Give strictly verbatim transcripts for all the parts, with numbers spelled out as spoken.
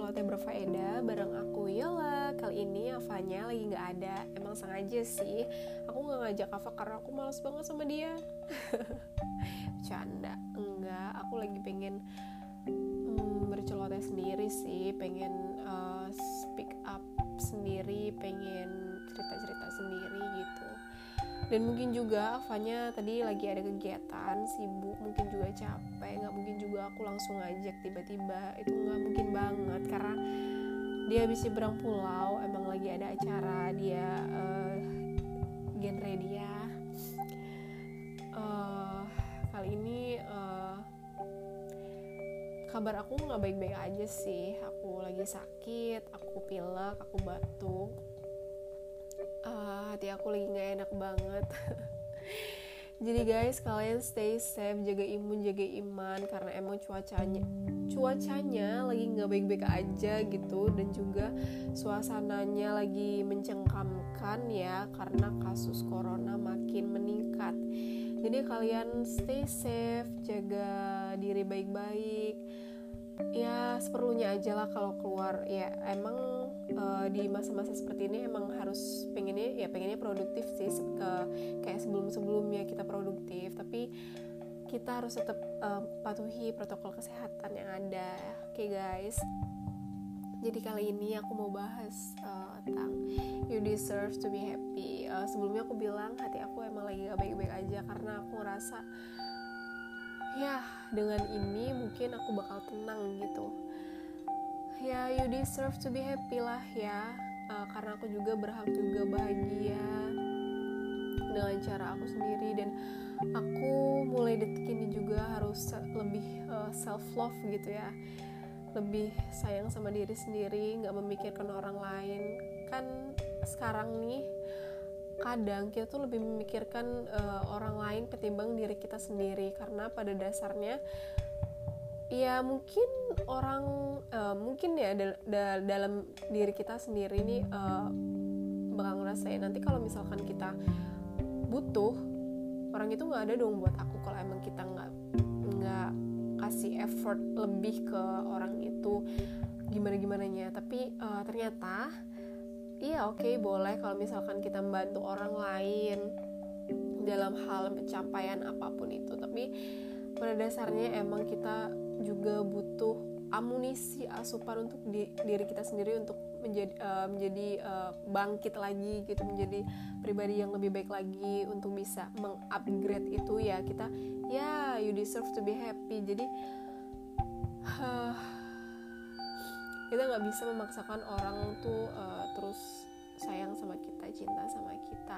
Celoteh Berfaedah bareng aku Yola. Kali ini Avanya lagi gak ada. Emang sengaja sih, aku gak ngajak Ava karena aku malas banget sama dia. Bercanda, enggak. Aku lagi pengen hmm, berceloteh sendiri sih. Pengen uh, speak up sendiri, pengen cerita-cerita sendiri gitu. Dan mungkin juga Avanya tadi lagi ada kegiatan, sibuk, mungkin juga capek. Gak mungkin juga aku langsung ngajak tiba-tiba. Itu gak mungkin banget, karena dia habis nyebrang pulau. Emang lagi ada acara dia, uh, genre dia uh, Kali ini uh, kabar aku gak baik-baik aja sih. Aku lagi sakit, aku pilek, aku batuk. Uh, hati aku lagi gak enak banget. Jadi guys, kalian stay safe, jaga imun, jaga iman, karena emang cuacanya cuacanya lagi gak baik-baik aja gitu. Dan juga suasananya lagi mencengkamkan ya, karena kasus corona makin meningkat. Jadi kalian stay safe, jaga diri baik-baik. Ya seperlunya aja lah kalau keluar. Ya emang uh, di masa-masa seperti ini emang harus pengennya ya pengennya produktif sih, uh, kayak sebelum-sebelumnya kita produktif, tapi kita harus tetap uh, patuhi protokol kesehatan yang ada. Oke okay, guys, jadi kali ini aku mau bahas uh, tentang you deserve to be happy. Uh, sebelumnya aku bilang hati aku emang lagi gak baik-baik aja, karena aku ngerasa ya dengan ini mungkin aku bakal tenang gitu. Ya you deserve to be happy lah ya, uh, karena aku juga berhak juga bahagia dengan cara aku sendiri. Dan aku mulai detik ini juga harus lebih uh, self love gitu ya, lebih sayang sama diri sendiri, gak memikirkan orang lain. Kan sekarang nih kadang kita tuh lebih memikirkan uh, orang lain ketimbang diri kita sendiri, karena pada dasarnya ya mungkin orang uh, mungkin ya dal- dal- dalam diri kita sendiri nih uh, bakal ngerasain nanti kalau misalkan kita butuh, orang itu nggak ada dong buat aku kalau emang kita nggak nggak kasih effort lebih ke orang itu gimana gimananya. Tapi uh, ternyata iya oke okay, boleh kalau misalkan kita membantu orang lain dalam hal pencapaian apapun itu, tapi pada dasarnya emang kita juga butuh amunisi, asupan untuk di, diri kita sendiri untuk menjadi uh, menjadi uh, bangkit lagi gitu, menjadi pribadi yang lebih baik lagi untuk bisa mengupgrade itu ya kita ya you deserve to be happy. Jadi uh, kita nggak bisa memaksakan orang tuh uh, terus sayang sama kita, cinta sama kita.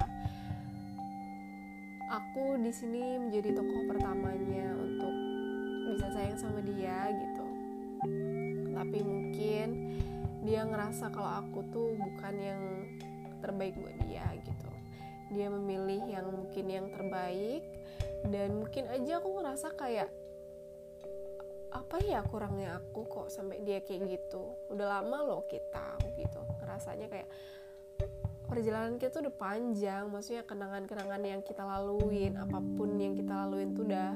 Aku di sini menjadi tokoh pertamanya untuk bisa sayang sama dia gitu. Tapi mungkin dia ngerasa kalau aku tuh bukan yang terbaik buat dia gitu. Dia memilih yang mungkin yang terbaik, dan mungkin aja aku ngerasa kayak apa ya kurangnya aku kok sampai dia kayak gitu. Udah lama loh kita gitu, ngerasanya kayak perjalanan kita tuh udah panjang, maksudnya kenangan-kenangan yang kita laluin, apapun yang kita laluin tuh udah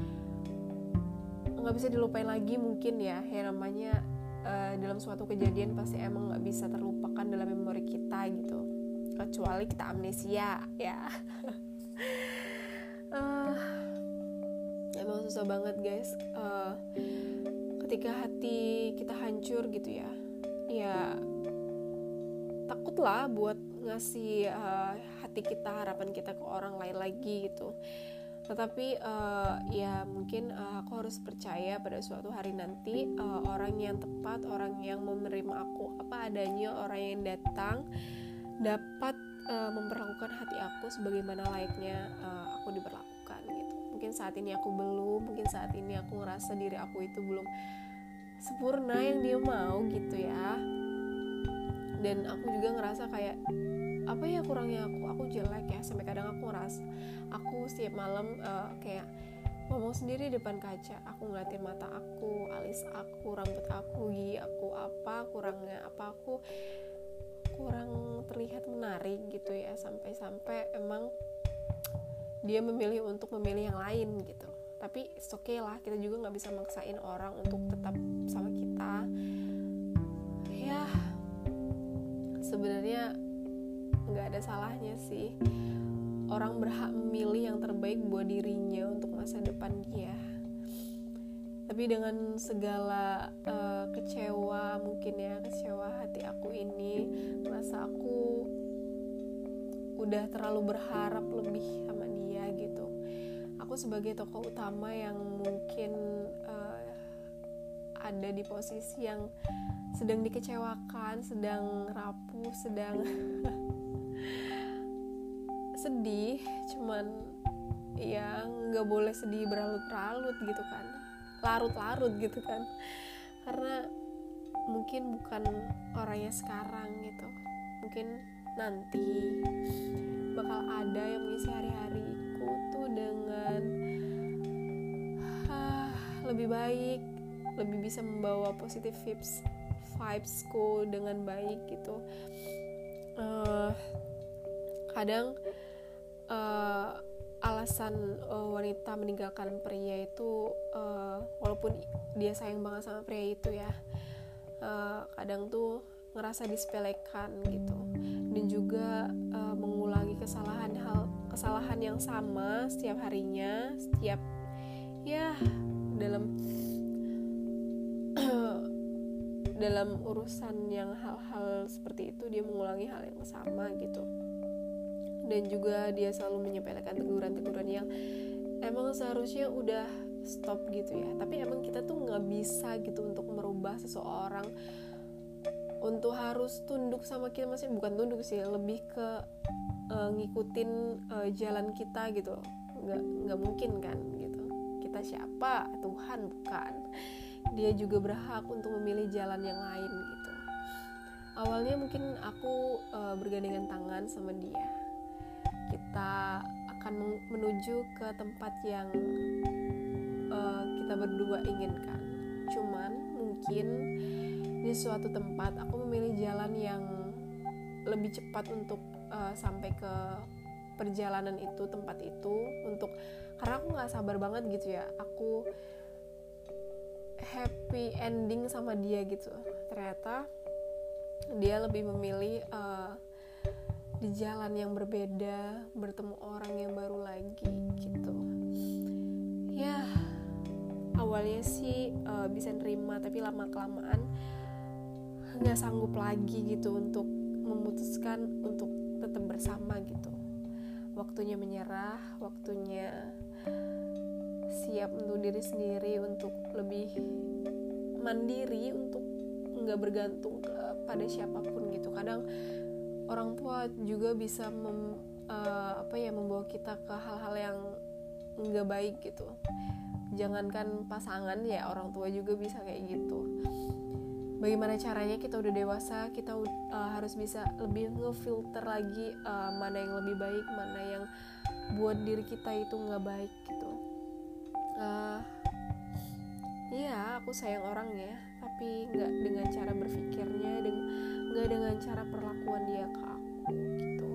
nggak bisa dilupain lagi mungkin ya. Ya namanya uh, dalam suatu kejadian pasti emang nggak bisa terlupakan dalam memori kita gitu, kecuali kita amnesia ya. uh, emang susah banget guys. Uh, ketika hati kita hancur gitu ya, ya takutlah buat ngasih uh, hati kita, harapan kita ke orang lain lagi gitu. Tetapi uh, ya mungkin uh, aku harus percaya pada suatu hari nanti uh, orang yang tepat, orang yang menerima aku apa adanya, orang yang datang dapat uh, memperlakukan hati aku sebagaimana layaknya uh, aku diperlakukan gitu. Mungkin saat ini aku belum, mungkin saat ini aku ngerasa diri aku itu belum sempurna yang dia mau gitu ya. Dan aku juga ngerasa kayak apa ya kurangnya aku, aku jelek ya. Sampai kadang aku ngerasa aku setiap malam uh, kayak ngomong sendiri depan kaca. Aku ngeliatin mata aku, alis aku, rambut aku, gigi aku, apa kurangnya, apa aku kurang terlihat menarik gitu ya. Sampai-sampai emang dia memilih untuk memilih yang lain gitu. Tapi it's okay lah, kita juga gak bisa maksain orang untuk tetap sama kita. sebenarnya nggak ada salahnya sih. Orang berhak memilih yang terbaik buat dirinya untuk masa depan dia. Tapi dengan segala uh, kecewa mungkin ya, kecewa hati aku ini, merasa aku udah terlalu berharap lebih sama dia gitu. Aku sebagai tokoh utama yang mungkin uh, ada di posisi yang sedang dikecewakan, sedang rapuh, sedang sedih, cuman ya nggak boleh sedih berlarut-larut gitu kan, larut-larut gitu kan, karena mungkin bukan orangnya sekarang gitu. Mungkin nanti bakal ada yang mengisi hari-hariku tuh dengan ah, lebih baik, lebih bisa membawa positive vibes vibesku dengan baik gitu. Uh, kadang uh, alasan uh, wanita meninggalkan pria itu uh, walaupun dia sayang banget sama pria itu ya, uh, kadang tuh ngerasa disepelekan gitu, dan juga uh, mengulangi kesalahan hal kesalahan yang sama setiap harinya, setiap ya dalam dalam urusan yang hal-hal seperti itu dia mengulangi hal yang sama gitu. Dan juga dia selalu menyepelekan teguran-teguran yang emang seharusnya udah stop gitu ya. Tapi emang kita tuh gak bisa gitu untuk merubah seseorang untuk harus tunduk sama kita, maksudnya bukan tunduk sih, lebih ke uh, ngikutin uh, jalan kita gitu. Gak, gak mungkin kan gitu. Kita siapa? Tuhan bukan. Dia juga berhak untuk memilih jalan yang lain gitu. Awalnya mungkin aku uh, bergandengan tangan sama dia. Kita akan menuju ke tempat yang uh, kita berdua inginkan. Cuman mungkin di suatu tempat aku memilih jalan yang lebih cepat untuk uh, sampai ke perjalanan itu, tempat itu, untuk karena aku nggak sabar banget gitu ya. Aku happy ending sama dia gitu. Ternyata dia lebih memilih uh, di jalan yang berbeda, bertemu orang yang baru lagi gitu. Ya awalnya sih uh, bisa nerima, tapi lama kelamaan nggak sanggup lagi gitu untuk memutuskan untuk tetap bersama gitu. Waktunya menyerah, waktunya siap untuk diri sendiri, untuk lebih mandiri, untuk nggak bergantung pada siapapun gitu. Kadang orang tua juga bisa mem, uh, apa ya membawa kita ke hal-hal yang nggak baik gitu. Jangankan pasangan ya, orang tua juga bisa kayak gitu. Bagaimana caranya kita udah dewasa, kita uh, harus bisa lebih ngefilter lagi uh, mana yang lebih baik, mana yang buat diri kita itu nggak baik gitu. Uh, Iya, aku sayang orangnya, tapi nggak dengan cara berpikirnya, dan nggak dengan cara perlakuan dia ke aku gitu.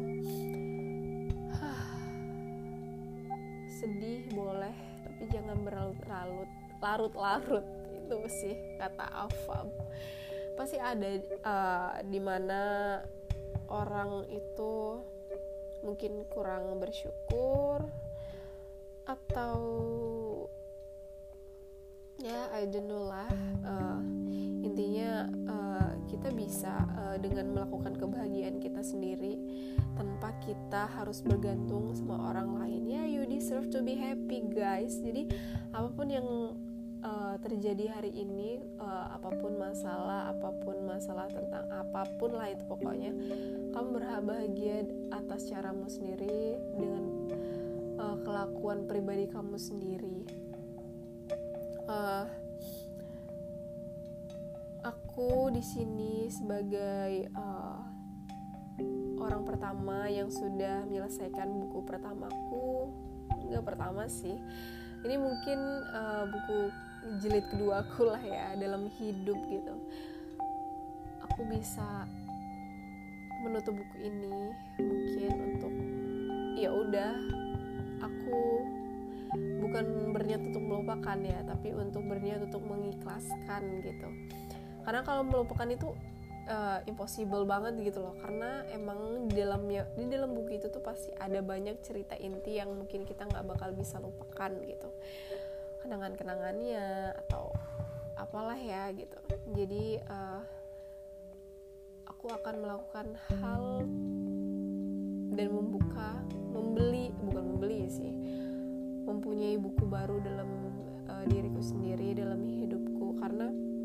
Sedih boleh, tapi jangan berlarut-larut, larut-larut. Itu sih kata Afab. Pasti ada uh, di mana orang itu mungkin kurang bersyukur, atau ya I don't know lah. Uh, intinya uh, kita bisa uh, dengan melakukan kebahagiaan kita sendiri tanpa kita harus bergantung sama orang lain. Ya, you deserve to be happy guys. Jadi apapun yang Uh, terjadi hari ini, uh, apapun masalah, apapun masalah tentang apapun lah itu pokoknya, kamu berhak bahagia atas caramu sendiri dengan uh, kelakuan pribadi kamu sendiri. Uh, aku di sini sebagai uh, orang pertama yang sudah menyelesaikan buku pertamaku, nggak pertama sih. Ini mungkin uh, buku jilid kedua aku lah ya dalam hidup gitu. Aku bisa menutup buku ini mungkin untuk ya udah, aku bukan berniat untuk melupakan ya, tapi untuk berniat untuk mengikhlaskan gitu. Karena kalau melupakan itu uh, impossible banget gitu loh, karena emang di dalamnya di dalam buku itu tuh pasti ada banyak cerita inti yang mungkin kita nggak bakal bisa lupakan gitu, kenangan-kenangannya atau apalah ya gitu. Jadi uh, aku akan melakukan hal dan membuka, membeli, bukan membeli sih, mempunyai buku baru dalam uh, diriku sendiri, dalam hidupku, karena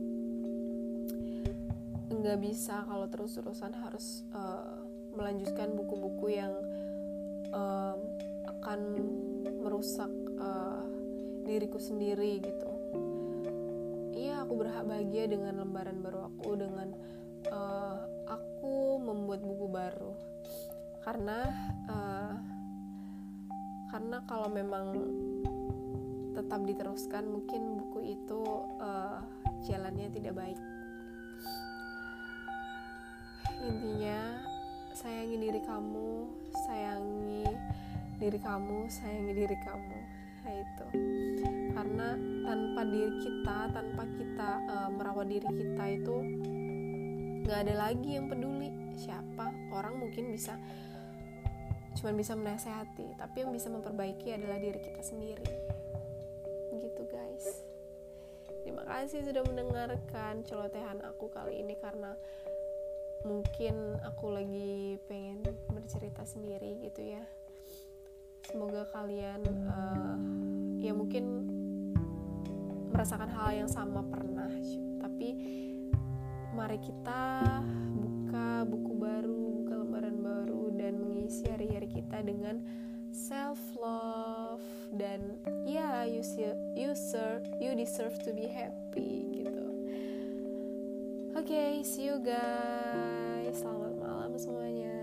nggak bisa kalau terus-terusan harus uh, melanjutkan buku-buku yang uh, akan merusak uh, diriku sendiri gitu. Iya, aku berhak bahagia dengan lembaran baru aku, dengan uh, aku membuat buku baru, karena uh, karena kalau memang tetap diteruskan mungkin buku itu uh, jalannya tidak baik. Intinya sayangi diri kamu, sayangi diri kamu, sayangi diri kamu. Nah itu, karena tanpa diri kita, tanpa kita uh, merawat diri kita itu nggak ada lagi yang peduli siapa. Orang mungkin bisa cuma bisa menasehati, tapi yang bisa memperbaiki adalah diri kita sendiri. Gitu guys. Terima kasih sudah mendengarkan celotehan aku kali ini, karena mungkin aku lagi pengen bercerita sendiri gitu ya. Semoga kalian uh, ya mungkin merasakan hal yang sama pernah, tapi mari kita buka buku baru, buka lembaran baru, dan mengisi hari-hari kita dengan self love, dan ya you you deserve you deserve to be happy gitu. Oke, okay, see you guys. Selamat malam semuanya.